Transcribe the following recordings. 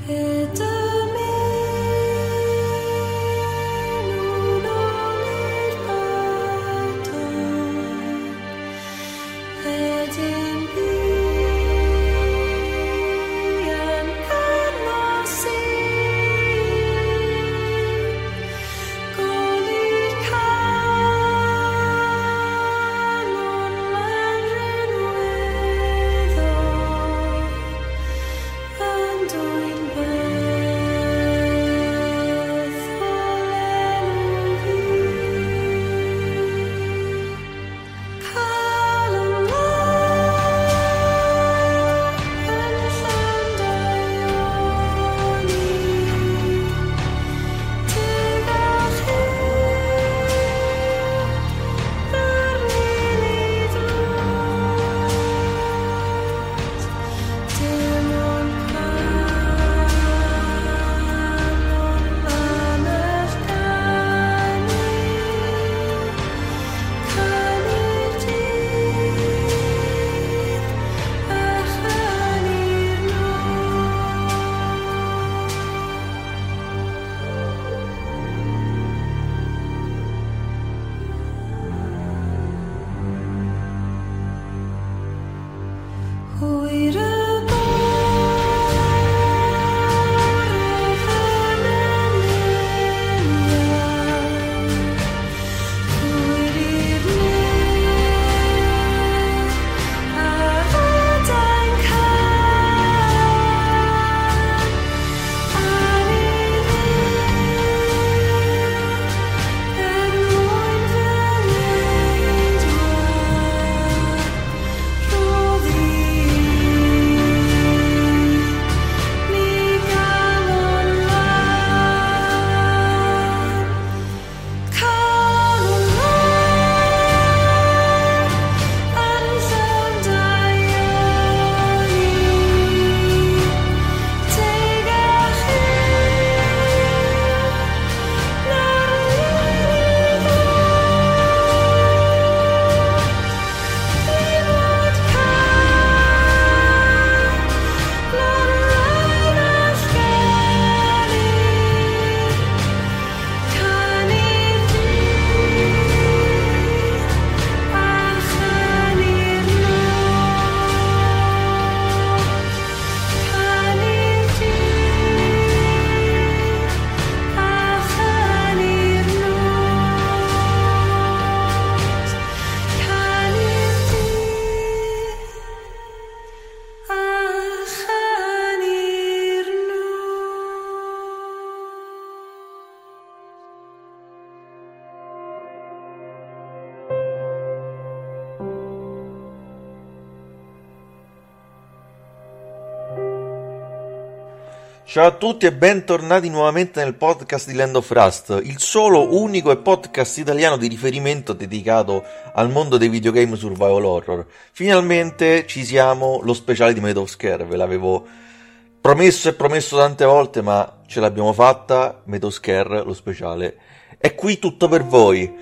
Ciao a tutti e bentornati nuovamente nel podcast di Land of Rust, il solo, unico e podcast italiano di riferimento dedicato al mondo dei videogame survival horror. Finalmente ci siamo, lo speciale di Made of Scare, ve l'avevo promesso e promesso tante volte, ma ce l'abbiamo fatta. Made of Scare, lo speciale, è qui tutto per voi.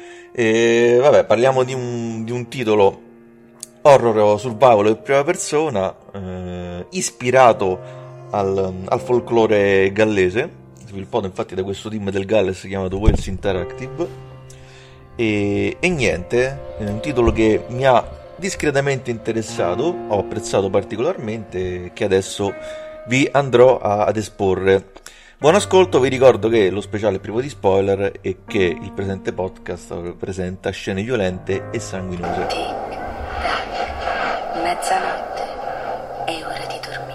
E parliamo di un titolo horror survival in prima persona, ispirato al folklore gallese, sviluppato infatti da questo team del Galles chiamato Wales Interactive, e niente, è un titolo che mi ha discretamente interessato, ho apprezzato particolarmente, che adesso vi andrò ad esporre. Buon ascolto, vi ricordo che lo speciale è privo di spoiler e che il presente podcast presenta scene violente e sanguinose. Mezzanotte, è ora di dormire.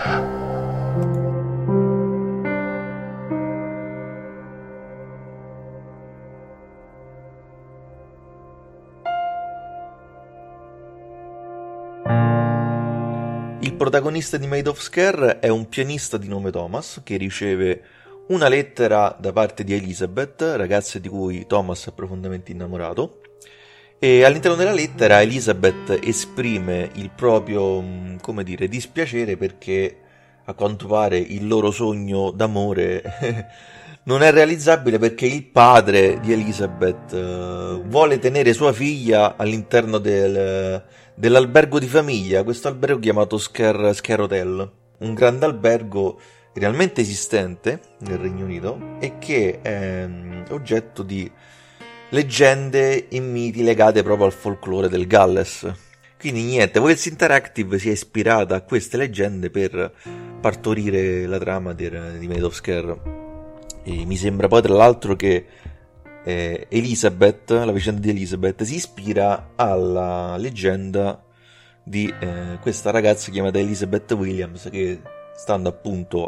Il protagonista di Made of Scare è un pianista di nome Thomas che riceve una lettera da parte di Elizabeth, ragazza di cui Thomas è profondamente innamorato, e all'interno della lettera Elizabeth esprime il proprio, dispiacere perché a quanto pare il loro sogno d'amore non è realizzabile perché il padre di Elizabeth vuole tenere sua figlia all'interno dell'albergo di famiglia, questo albergo chiamato Scare Hotel, un grande albergo realmente esistente nel Regno Unito e che è oggetto di leggende e miti legate proprio al folklore del Galles. Quindi niente, Wales Interactive si è ispirata a queste leggende per partorire la trama di Made of Scare. E mi sembra poi tra l'altro che Elizabeth, la vicenda di Elizabeth, si ispira alla leggenda di questa ragazza chiamata Elizabeth Williams, che stando appunto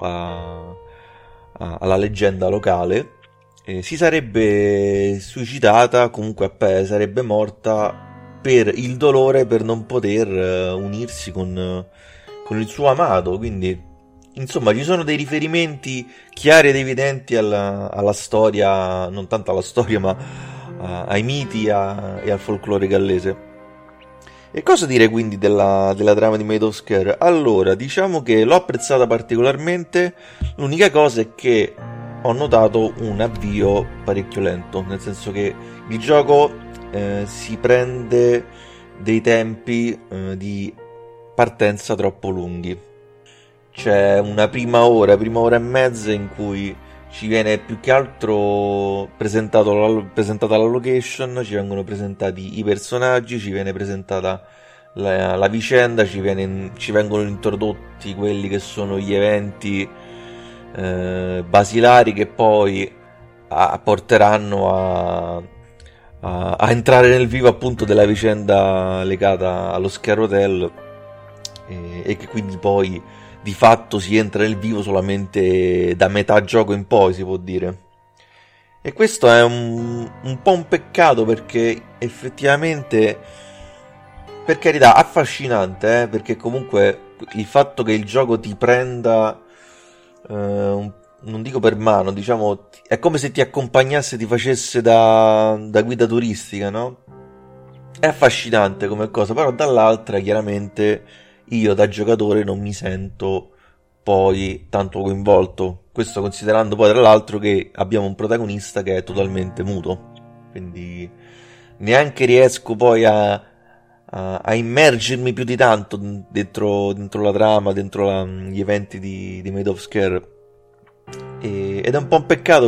alla leggenda locale si sarebbe suicidata, comunque sarebbe morta per il dolore, per non poter unirsi con il suo amato. Quindi insomma ci sono dei riferimenti chiari ed evidenti alla storia, non tanto alla storia ma ai miti e al folklore gallese. E cosa dire quindi della trama di Made of Scare? Allora, diciamo che l'ho apprezzata particolarmente, l'unica cosa è che ho notato un avvio parecchio lento, nel senso che il gioco si prende dei tempi di partenza troppo lunghi. C'è una prima ora e mezza in cui ci viene più che altro presentata la location, ci vengono presentati i personaggi, ci viene presentata la vicenda, ci vengono introdotti quelli che sono gli eventi basilari che poi porteranno a entrare nel vivo appunto della vicenda legata allo Scare Hotel e che quindi poi di fatto si entra nel vivo solamente da metà gioco in poi, si può dire. E questo è un po' un peccato, perché effettivamente, per carità, affascinante, perché comunque il fatto che il gioco ti prenda, non dico per mano, diciamo, è come se ti accompagnasse, ti facesse da guida turistica, no? È affascinante come cosa, però dall'altra chiaramente io da giocatore non mi sento poi tanto coinvolto. Questo considerando poi tra l'altro che abbiamo un protagonista che è totalmente muto, quindi neanche riesco poi a immergermi più di tanto dentro la trama, dentro gli eventi di Made of Scare, ed è un po' un peccato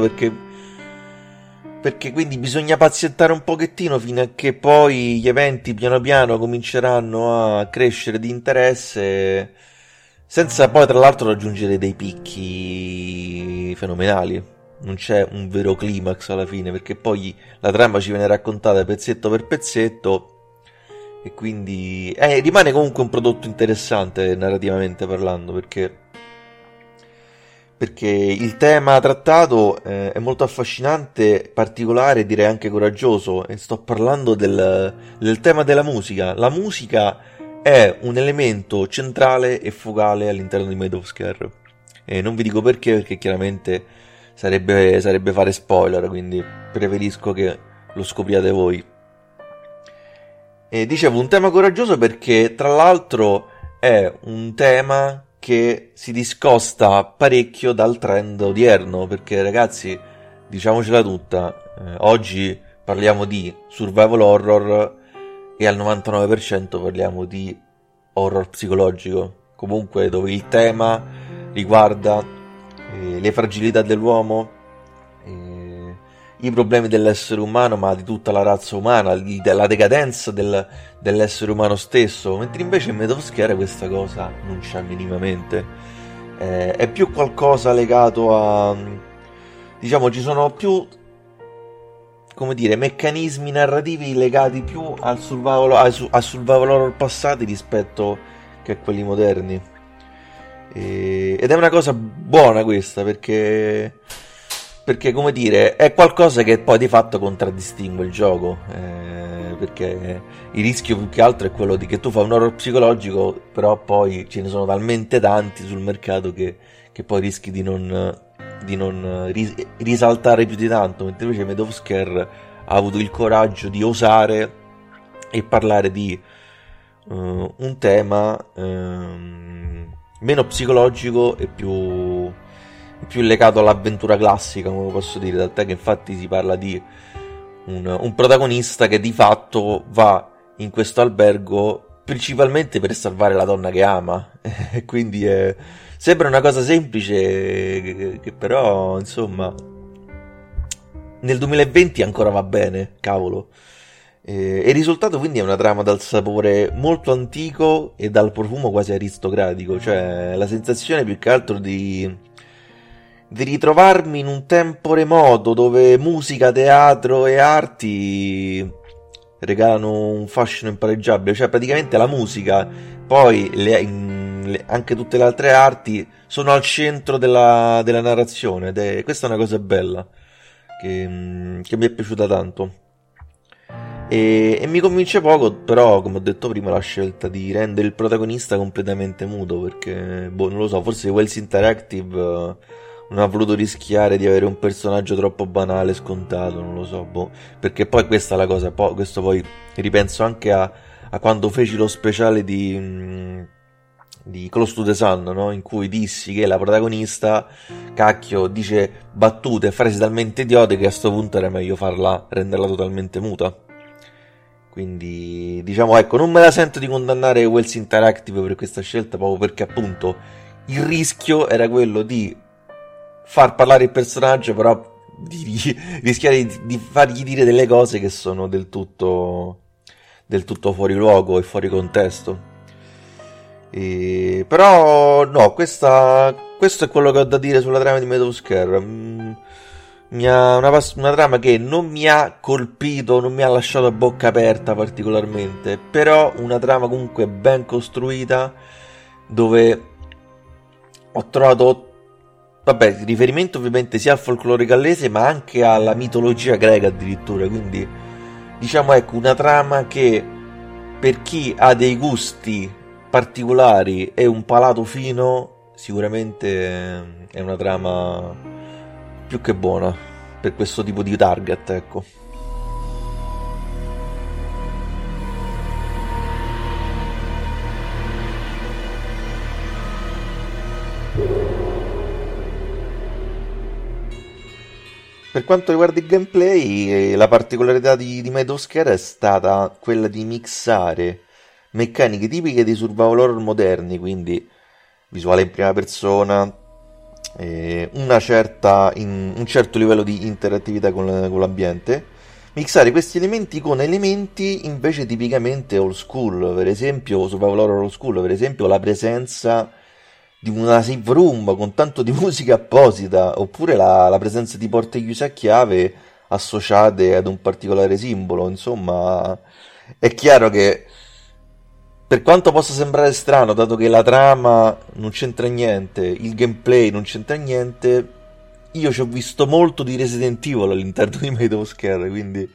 perché quindi bisogna pazientare un pochettino fino a che poi gli eventi piano piano cominceranno a crescere di interesse, senza poi tra l'altro raggiungere dei picchi fenomenali. Non c'è un vero climax alla fine, perché poi la trama ci viene raccontata pezzetto per pezzetto e quindi rimane comunque un prodotto interessante narrativamente parlando, perché il tema trattato è molto affascinante, particolare e direi anche coraggioso, e sto parlando del tema della musica. La musica è un elemento centrale e focale all'interno di Made of Scare, e non vi dico perché chiaramente sarebbe fare spoiler, quindi preferisco che lo scopriate voi. E dicevo, un tema coraggioso perché tra l'altro è un tema che si discosta parecchio dal trend odierno, perché ragazzi, diciamocela tutta, oggi parliamo di survival horror e al 99% parliamo di horror psicologico, comunque dove il tema riguarda le fragilità dell'uomo, i problemi dell'essere umano, ma di tutta la razza umana, la decadenza dell'essere umano stesso, mentre invece in Made of Scare questa cosa non c'è minimamente. È più qualcosa legato a, diciamo, ci sono più, come dire, meccanismi narrativi legati più al survival horror passati rispetto che a quelli moderni, ed è una cosa buona questa, perché come dire, è qualcosa che poi di fatto contraddistingue il gioco, perché il rischio più che altro è quello di che tu fai un horror psicologico, però poi ce ne sono talmente tanti sul mercato che poi rischi di non risaltare più di tanto, mentre invece Made of Scare ha avuto il coraggio di osare e parlare di un tema meno psicologico e più legato all'avventura classica, come posso dire, tant'è che infatti si parla di un protagonista che di fatto va in questo albergo principalmente per salvare la donna che ama, e quindi Sembra una cosa semplice che però, insomma, nel 2020 ancora va bene, cavolo. E il risultato quindi è una trama dal sapore molto antico e dal profumo quasi aristocratico, cioè la sensazione più che altro di ritrovarmi in un tempo remoto dove musica, teatro e arti regalano un fascino impareggiabile, cioè praticamente la musica, poi anche tutte le altre arti sono al centro della narrazione ed questa è una cosa bella che mi è piaciuta tanto. E mi convince poco, però, come ho detto prima, la scelta di rendere il protagonista completamente muto, perché, boh, non lo so, forse Wells Interactive non ha voluto rischiare di avere un personaggio troppo banale, scontato, non lo so, boh, perché poi questa è la cosa, questo poi ripenso anche a quando feci lo speciale di Close to the Sun, no? In cui dissi che la protagonista, cacchio, dice battute e frasi talmente idiote che a sto punto era meglio renderla totalmente muta. Quindi, diciamo, ecco, non me la sento di condannare Wells Interactive per questa scelta, proprio perché appunto il rischio era quello di far parlare il personaggio, però di rischiare di fargli dire delle cose che sono del tutto fuori luogo e fuori contesto. Però no, questo è quello che ho da dire sulla trama di Meadows Care. Una trama che non mi ha colpito, non mi ha lasciato a bocca aperta particolarmente, però una trama comunque ben costruita, dove ho trovato, vabbè, riferimento ovviamente sia al folklore gallese ma anche alla mitologia greca addirittura, quindi diciamo, ecco, una trama che per chi ha dei gusti particolari e un palato fino sicuramente è una trama più che buona per questo tipo di target, ecco. Per quanto riguarda il gameplay, la particolarità di Meadows Care è stata quella di mixare meccaniche tipiche dei survival horror moderni, quindi visuale in prima persona, un certo livello di interattività con l'ambiente, mixare questi elementi con elementi invece tipicamente old school, per esempio survival horror old school, per esempio la presenza di una save room con tanto di musica apposita, oppure la presenza di porte chiuse a chiave associate ad un particolare simbolo. Insomma, è chiaro che, per quanto possa sembrare strano, dato che la trama non c'entra niente, il gameplay non c'entra niente, io ci ho visto molto di Resident Evil all'interno di Meadows Care, quindi...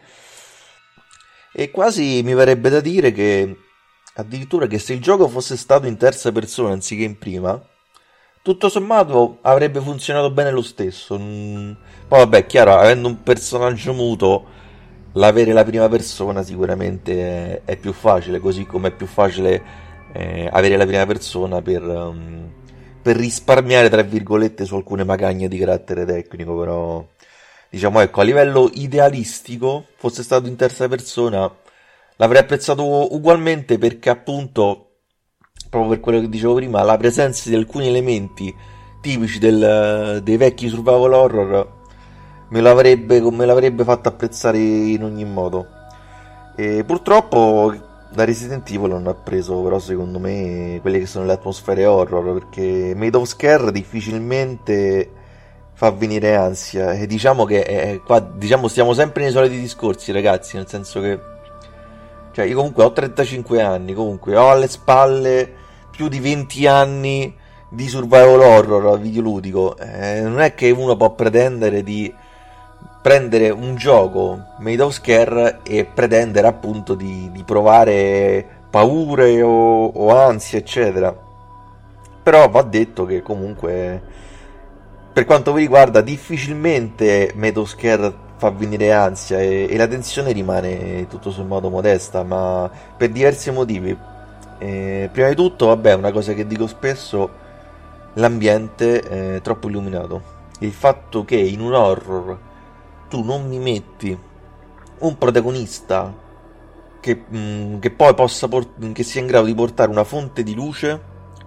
E quasi mi verrebbe da dire che, addirittura, che se il gioco fosse stato in terza persona anziché in prima, tutto sommato avrebbe funzionato bene lo stesso. Poi vabbè, chiaro, avendo un personaggio muto, l'avere la prima persona sicuramente è più facile, così come è più facile avere la prima persona per risparmiare, tra virgolette, su alcune magagne di carattere tecnico. Però, diciamo, ecco, a livello idealistico, fosse stato in terza persona, l'avrei apprezzato ugualmente, perché appunto, proprio per quello che dicevo prima, la presenza di alcuni elementi tipici dei vecchi survival horror me l'avrebbe fatto apprezzare in ogni modo. E purtroppo da Resident Evil non ha preso, però, secondo me, quelle che sono le atmosfere horror, perché Meadows Care difficilmente fa venire ansia, e diciamo che qua, diciamo, stiamo sempre nei soliti discorsi, ragazzi, nel senso che, cioè, io comunque ho 35 anni, comunque ho alle spalle più di 20 anni di survival horror videoludico. Non è che uno può pretendere di prendere un gioco Meadows Care e pretendere appunto di provare paure o ansia, eccetera. Però va detto che comunque, per quanto mi riguarda, difficilmente Meadows Care fa venire ansia, e la tensione rimane tutto sommato modesta, ma per diversi motivi. Prima di tutto, vabbè, una cosa che dico spesso: l'ambiente è troppo illuminato. Il fatto che in un horror tu non mi metti un protagonista che poi che sia in grado di portare una fonte di luce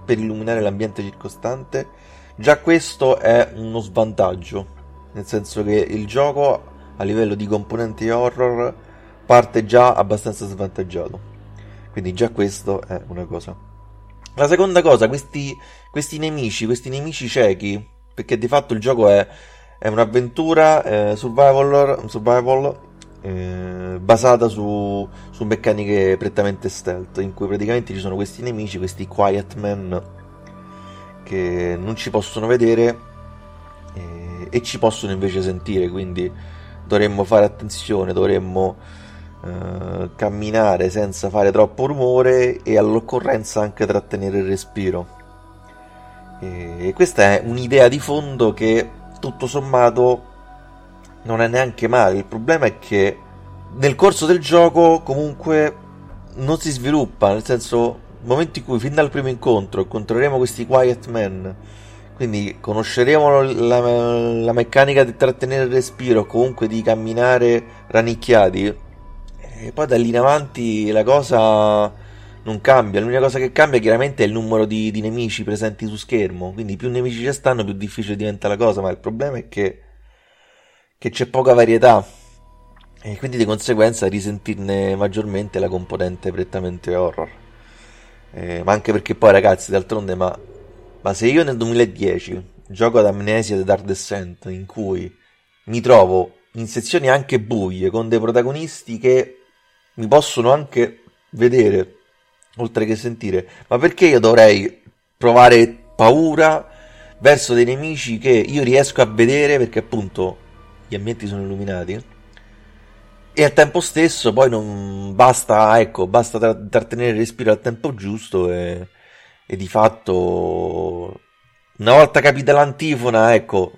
per illuminare l'ambiente circostante. Già questo è uno svantaggio, nel senso che il gioco a livello di componenti horror parte già abbastanza svantaggiato, quindi già questo è una cosa. La seconda cosa, questi nemici ciechi, perché di fatto il gioco è un'avventura survival basata su meccaniche prettamente stealth, in cui praticamente ci sono questi nemici, questi quiet men, che non ci possono vedere e ci possono invece sentire, quindi dovremmo fare attenzione, dovremmo camminare senza fare troppo rumore e all'occorrenza anche trattenere il respiro. E questa è un'idea di fondo che tutto sommato non è neanche male. Il problema è che nel corso del gioco comunque non si sviluppa, nel senso, nel momento in cui fin dal primo incontro incontreremo questi quiet men, quindi conosceremo la meccanica di trattenere il respiro, comunque di camminare rannicchiati, e poi da lì in avanti la cosa non cambia. L'unica cosa che cambia chiaramente è il numero di nemici presenti su schermo, quindi più nemici ci stanno più difficile diventa la cosa, ma il problema è che c'è poca varietà e quindi di conseguenza risentirne maggiormente la componente prettamente horror. Ma anche perché poi, ragazzi, d'altronde, ma se io nel 2010 gioco ad Amnesia The Dark Descent, in cui mi trovo in sezioni anche buie con dei protagonisti che mi possono anche vedere oltre che sentire, ma perché io dovrei provare paura verso dei nemici che io riesco a vedere perché appunto gli ambienti sono illuminati, e al tempo stesso poi non basta, basta trattenere il respiro al tempo giusto e di fatto una volta capita l'antifona,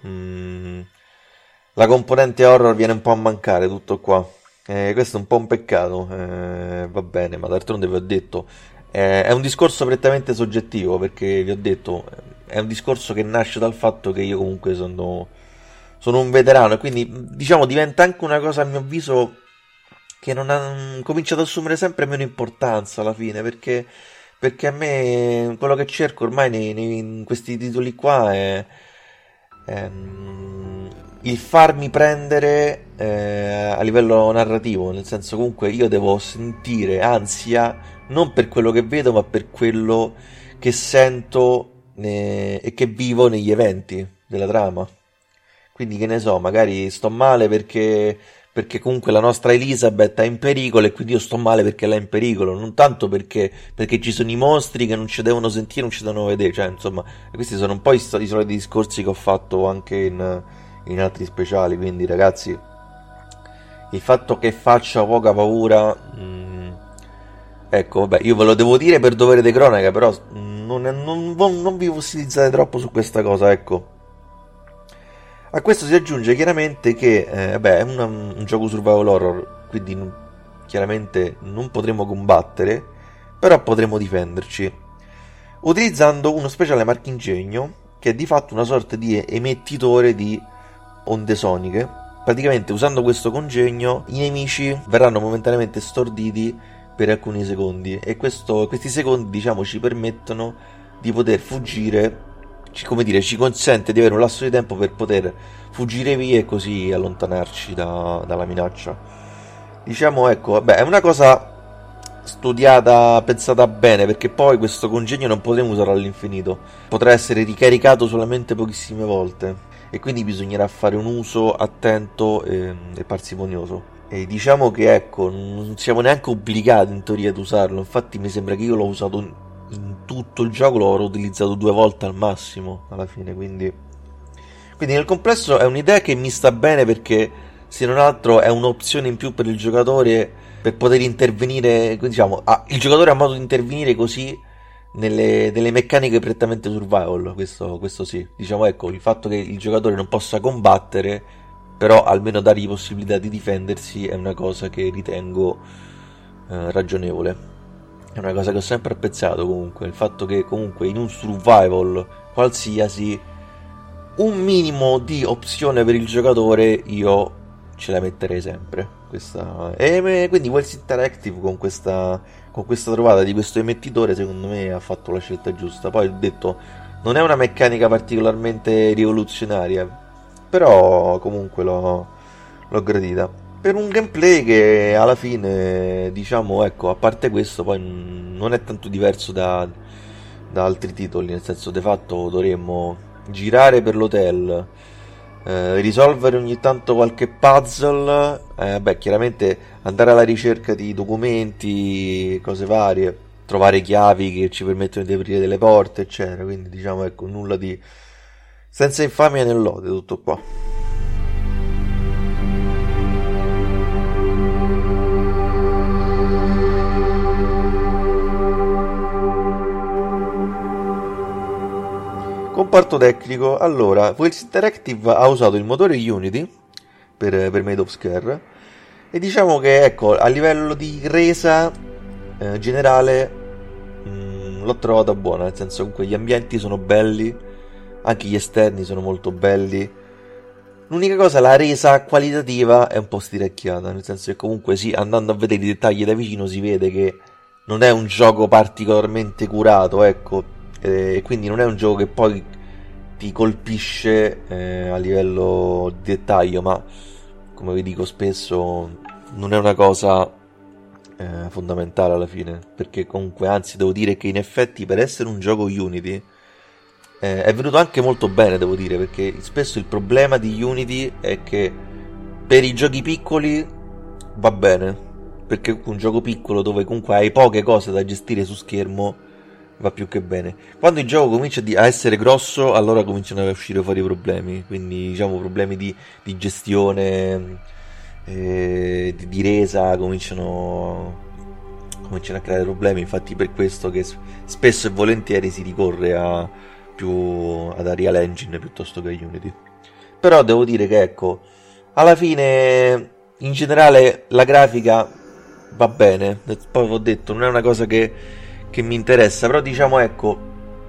la componente horror viene un po' a mancare, tutto qua. Questo è un po' un peccato, va bene, ma d'altronde vi ho detto, è un discorso prettamente soggettivo, perché vi ho detto, è un discorso che nasce dal fatto che io comunque sono un veterano, e quindi diciamo diventa anche una cosa, a mio avviso, che non ha comincia ad assumere sempre meno importanza alla fine, perché a me quello che cerco ormai in questi titoli qua è il farmi prendere a livello narrativo, nel senso, comunque io devo sentire ansia non per quello che vedo ma per quello che sento e che vivo negli eventi della trama. Quindi, che ne so, magari sto male perché comunque la nostra Elizabeth è in pericolo e quindi io sto male perché lei è in pericolo, non tanto perché ci sono i mostri che non ci devono sentire, non ci devono vedere, cioè insomma, questi sono un po' i soliti discorsi che ho fatto anche in altri speciali. Quindi, ragazzi, il fatto che faccia poca paura, ecco, vabbè, io ve lo devo dire per dovere di cronaca, però non vi fossilizzate troppo su questa cosa, ecco. A questo si aggiunge chiaramente che è un gioco survival horror, quindi chiaramente non potremo combattere, però potremo difenderci utilizzando uno speciale marchingegno che è di fatto una sorta di emettitore di onde soniche. Praticamente, usando questo congegno, i nemici verranno momentaneamente storditi per alcuni secondi, e questi secondi, diciamo, ci permettono di poter fuggire, come dire, ci consente di avere un lasso di tempo per poter fuggire via e così allontanarci dalla minaccia. Diciamo, ecco, vabbè, è una cosa studiata, pensata bene, perché poi questo congegno non potremo usarlo all'infinito, potrà essere ricaricato solamente pochissime volte, e quindi bisognerà fare un uso attento e parsimonioso. E diciamo che, ecco, non siamo neanche obbligati in teoria ad usarlo. Infatti mi sembra che io l'ho usato in tutto il gioco, l'ho utilizzato 2 volte al massimo alla fine, quindi nel complesso è un'idea che mi sta bene, perché se non altro è un'opzione in più per il giocatore per poter intervenire, diciamo, il giocatore ha modo di intervenire così nelle meccaniche prettamente survival, questo sì, diciamo, ecco, il fatto che il giocatore non possa combattere, però almeno dargli possibilità di difendersi, è una cosa che ritengo ragionevole. È una cosa che ho sempre apprezzato, comunque, il fatto che comunque in un survival qualsiasi un minimo di opzione per il giocatore io ce la metterei sempre questa. E quindi Wells Interactive con questa trovata di questo emettitore secondo me ha fatto la scelta giusta. Poi ho detto, non è una meccanica particolarmente rivoluzionaria, però comunque l'ho gradita. Per un gameplay che alla fine, diciamo, ecco, a parte questo, poi non è tanto diverso da altri titoli, nel senso, de fatto dovremmo girare per l'hotel, risolvere ogni tanto qualche puzzle, chiaramente andare alla ricerca di documenti, cose varie, trovare chiavi che ci permettono di aprire delle porte, eccetera. Quindi diciamo, ecco, nulla di senza infamia né lode, tutto qua. Comparto tecnico. Allora, Wells Interactive ha usato il motore Unity per Made of Scare, e diciamo che, ecco, a livello di resa generale l'ho trovata buona, nel senso, comunque gli ambienti sono belli, anche gli esterni sono molto belli. L'unica cosa, la resa qualitativa è un po' stiracchiata, nel senso che comunque sì, andando a vedere i dettagli da vicino si vede che non è un gioco particolarmente curato, ecco, e quindi non è un gioco che poi ti colpisce a livello di dettaglio, ma come vi dico spesso non è una cosa fondamentale alla fine, perché comunque, anzi, devo dire che in effetti per essere un gioco Unity è venuto anche molto bene, devo dire, perché spesso il problema di Unity è che per i giochi piccoli va bene, perché un gioco piccolo dove comunque hai poche cose da gestire su schermo va più che bene. Quando il gioco comincia a essere grosso, allora cominciano a uscire fuori problemi, quindi diciamo problemi di gestione, di resa, cominciano a creare problemi. Infatti per questo che spesso e volentieri si ricorre ad Unreal Engine piuttosto che a Unity. Però devo dire che, ecco, alla fine in generale la grafica va bene, poi ho detto, non è una cosa che mi interessa, però diciamo, ecco,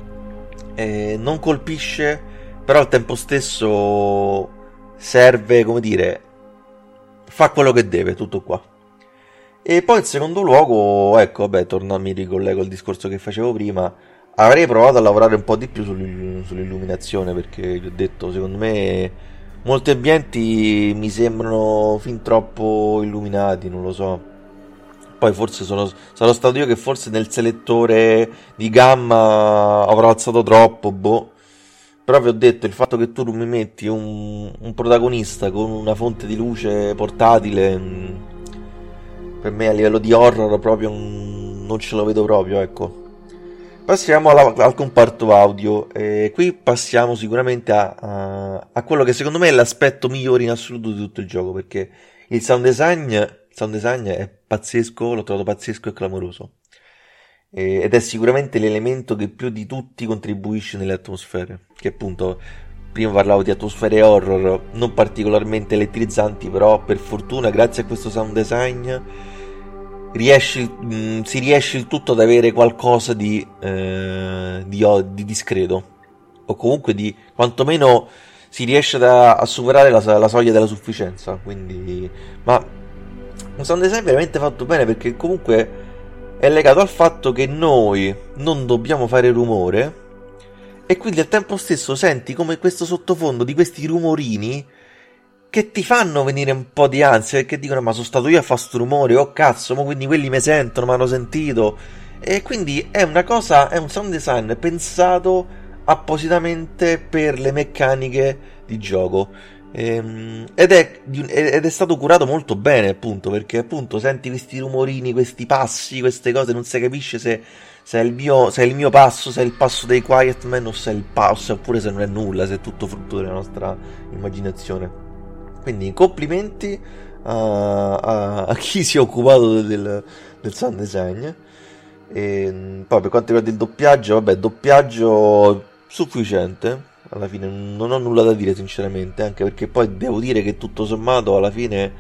non colpisce, però al tempo stesso serve, come dire, fa quello che deve, tutto qua. E poi in secondo luogo, ecco, vabbè, mi ricollego al discorso che facevo prima, avrei provato a lavorare un po' di più sull'illuminazione, perché vi ho detto, secondo me molti ambienti mi sembrano fin troppo illuminati, non lo so. Poi forse sarò stato io che forse nel selettore di gamma avrò alzato troppo, boh. Però vi ho detto, il fatto che tu mi metti un protagonista con una fonte di luce portatile, per me a livello di horror proprio non ce lo vedo proprio, ecco. Passiamo al comparto audio, e qui passiamo sicuramente a quello che secondo me è l'aspetto migliore in assoluto di tutto il gioco, perché il sound design è pazzesco, l'ho trovato pazzesco e clamoroso, ed è sicuramente l'elemento che più di tutti contribuisce nelle atmosfere, che appunto, prima parlavo di atmosfere horror non particolarmente elettrizzanti, però per fortuna grazie a questo sound design si riesce il tutto ad avere qualcosa di discreto, o comunque di quantomeno si riesce a superare la soglia della sufficienza. Quindi, ma un sound design veramente fatto bene, perché comunque è legato al fatto che noi non dobbiamo fare rumore, e quindi al tempo stesso senti come questo sottofondo di questi rumorini che ti fanno venire un po' di ansia, perché dicono, ma sono stato io a fare sto rumore, oh cazzo, ma quindi quelli mi sentono, mi hanno sentito. E quindi è un sound design pensato appositamente per le meccaniche di gioco, ed è stato curato molto bene, appunto, perché appunto senti questi rumorini, questi passi, queste cose, non si capisce se è il mio passo, se è il passo dei Quiet Man, o se è il passo, oppure se non è nulla, se è tutto frutto della nostra immaginazione. Quindi complimenti a chi si è occupato del sound design. E poi per quanto riguarda il doppiaggio, vabbè, doppiaggio sufficiente, alla fine non ho nulla da dire sinceramente, anche perché poi devo dire che tutto sommato alla fine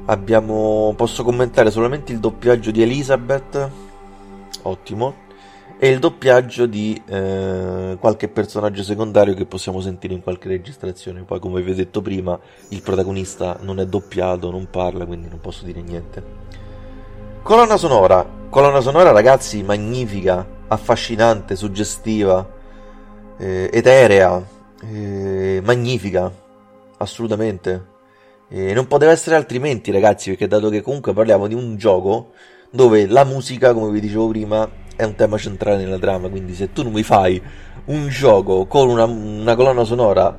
posso commentare solamente il doppiaggio di Elizabeth, ottimo, e il doppiaggio di qualche personaggio secondario che possiamo sentire in qualche registrazione. Poi, come vi ho detto prima, il protagonista non è doppiato, non parla, quindi non posso dire niente. Colonna sonora, ragazzi, magnifica, affascinante, suggestiva, eterea, magnifica, assolutamente. Non poteva essere altrimenti, ragazzi, perché dato che comunque parliamo di un gioco dove la musica, come vi dicevo prima, è un tema centrale nella trama, quindi se tu non mi fai un gioco con una colonna sonora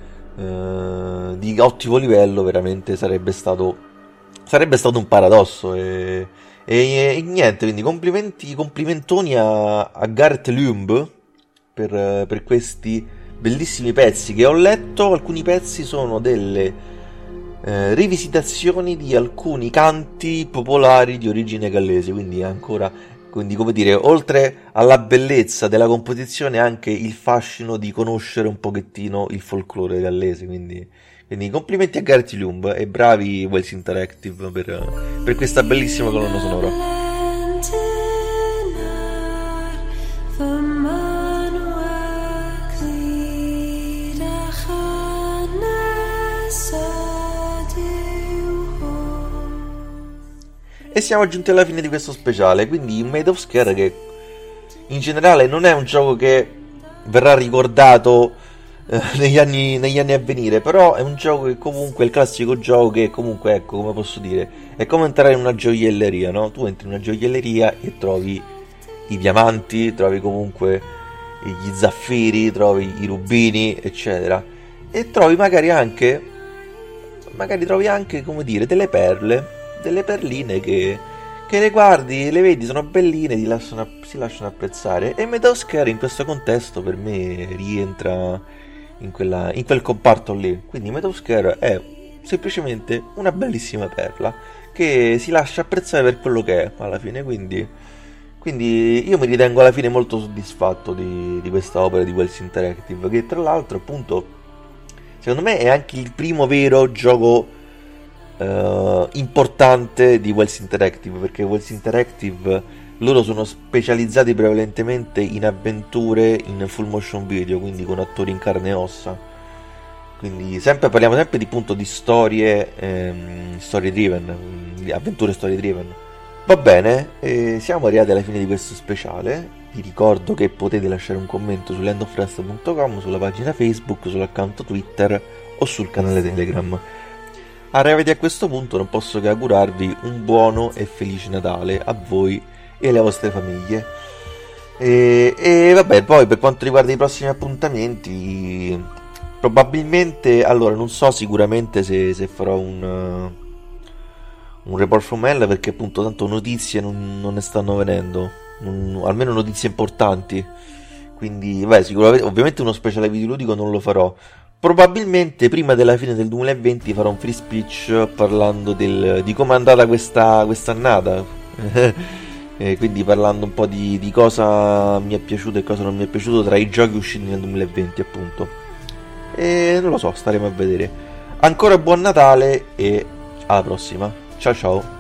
di ottimo livello, veramente sarebbe stato un paradosso. E niente, quindi complimentoni a Gareth Lumb per questi bellissimi pezzi che ho letto. Alcuni pezzi sono delle rivisitazioni di alcuni canti popolari di origine gallese, quindi come dire, oltre alla bellezza della composizione, anche il fascino di conoscere un pochettino il folklore gallese, quindi complimenti a Gareth Lumb e bravi Wells Interactive per questa bellissima colonna sonora. E siamo giunti alla fine di questo speciale, quindi Made of Scare, che in generale non è un gioco che verrà ricordato negli anni a venire, però è un gioco che comunque è il classico gioco che comunque, ecco, come posso dire, è come entrare in una gioielleria, no? Tu entri in una gioielleria e trovi i diamanti, trovi comunque gli zaffiri, trovi i rubini, eccetera, e trovi magari trovi anche, come dire, delle perline che le guardi, le vedi, sono belline, si lasciano apprezzare. E Made of Scare in questo contesto per me rientra in quel comparto lì. Quindi Made of Scare è semplicemente una bellissima perla che si lascia apprezzare per quello che è alla fine. Quindi io mi ritengo alla fine molto soddisfatto di questa opera di Wells Interactive, che tra l'altro, appunto, secondo me è anche il primo vero gioco importante di Wells Interactive, perché Wells Interactive, loro sono specializzati prevalentemente in avventure in full motion video, quindi con attori in carne e ossa, quindi parliamo sempre di storie story driven, avventure story driven. Va bene, siamo arrivati alla fine di questo speciale. Vi ricordo che potete lasciare un commento su landofrust.com, sulla pagina Facebook, sull'account Twitter o sul canale Telegram. Arrivati a questo punto non posso che augurarvi un buono e felice Natale a voi e alle vostre famiglie. E vabbè, poi per quanto riguarda i prossimi appuntamenti, probabilmente, allora non so sicuramente se farò un report from hell, perché appunto tanto notizie non ne stanno venendo, almeno notizie importanti, quindi sicuramente, ovviamente uno speciale videoludico non lo farò. Probabilmente prima della fine del 2020 farò un free speech parlando di come è andata quest'annata quindi parlando un po' di cosa mi è piaciuto e cosa non mi è piaciuto tra i giochi usciti nel 2020, appunto. E non lo so, staremo a vedere. Ancora buon Natale e alla prossima. Ciao ciao.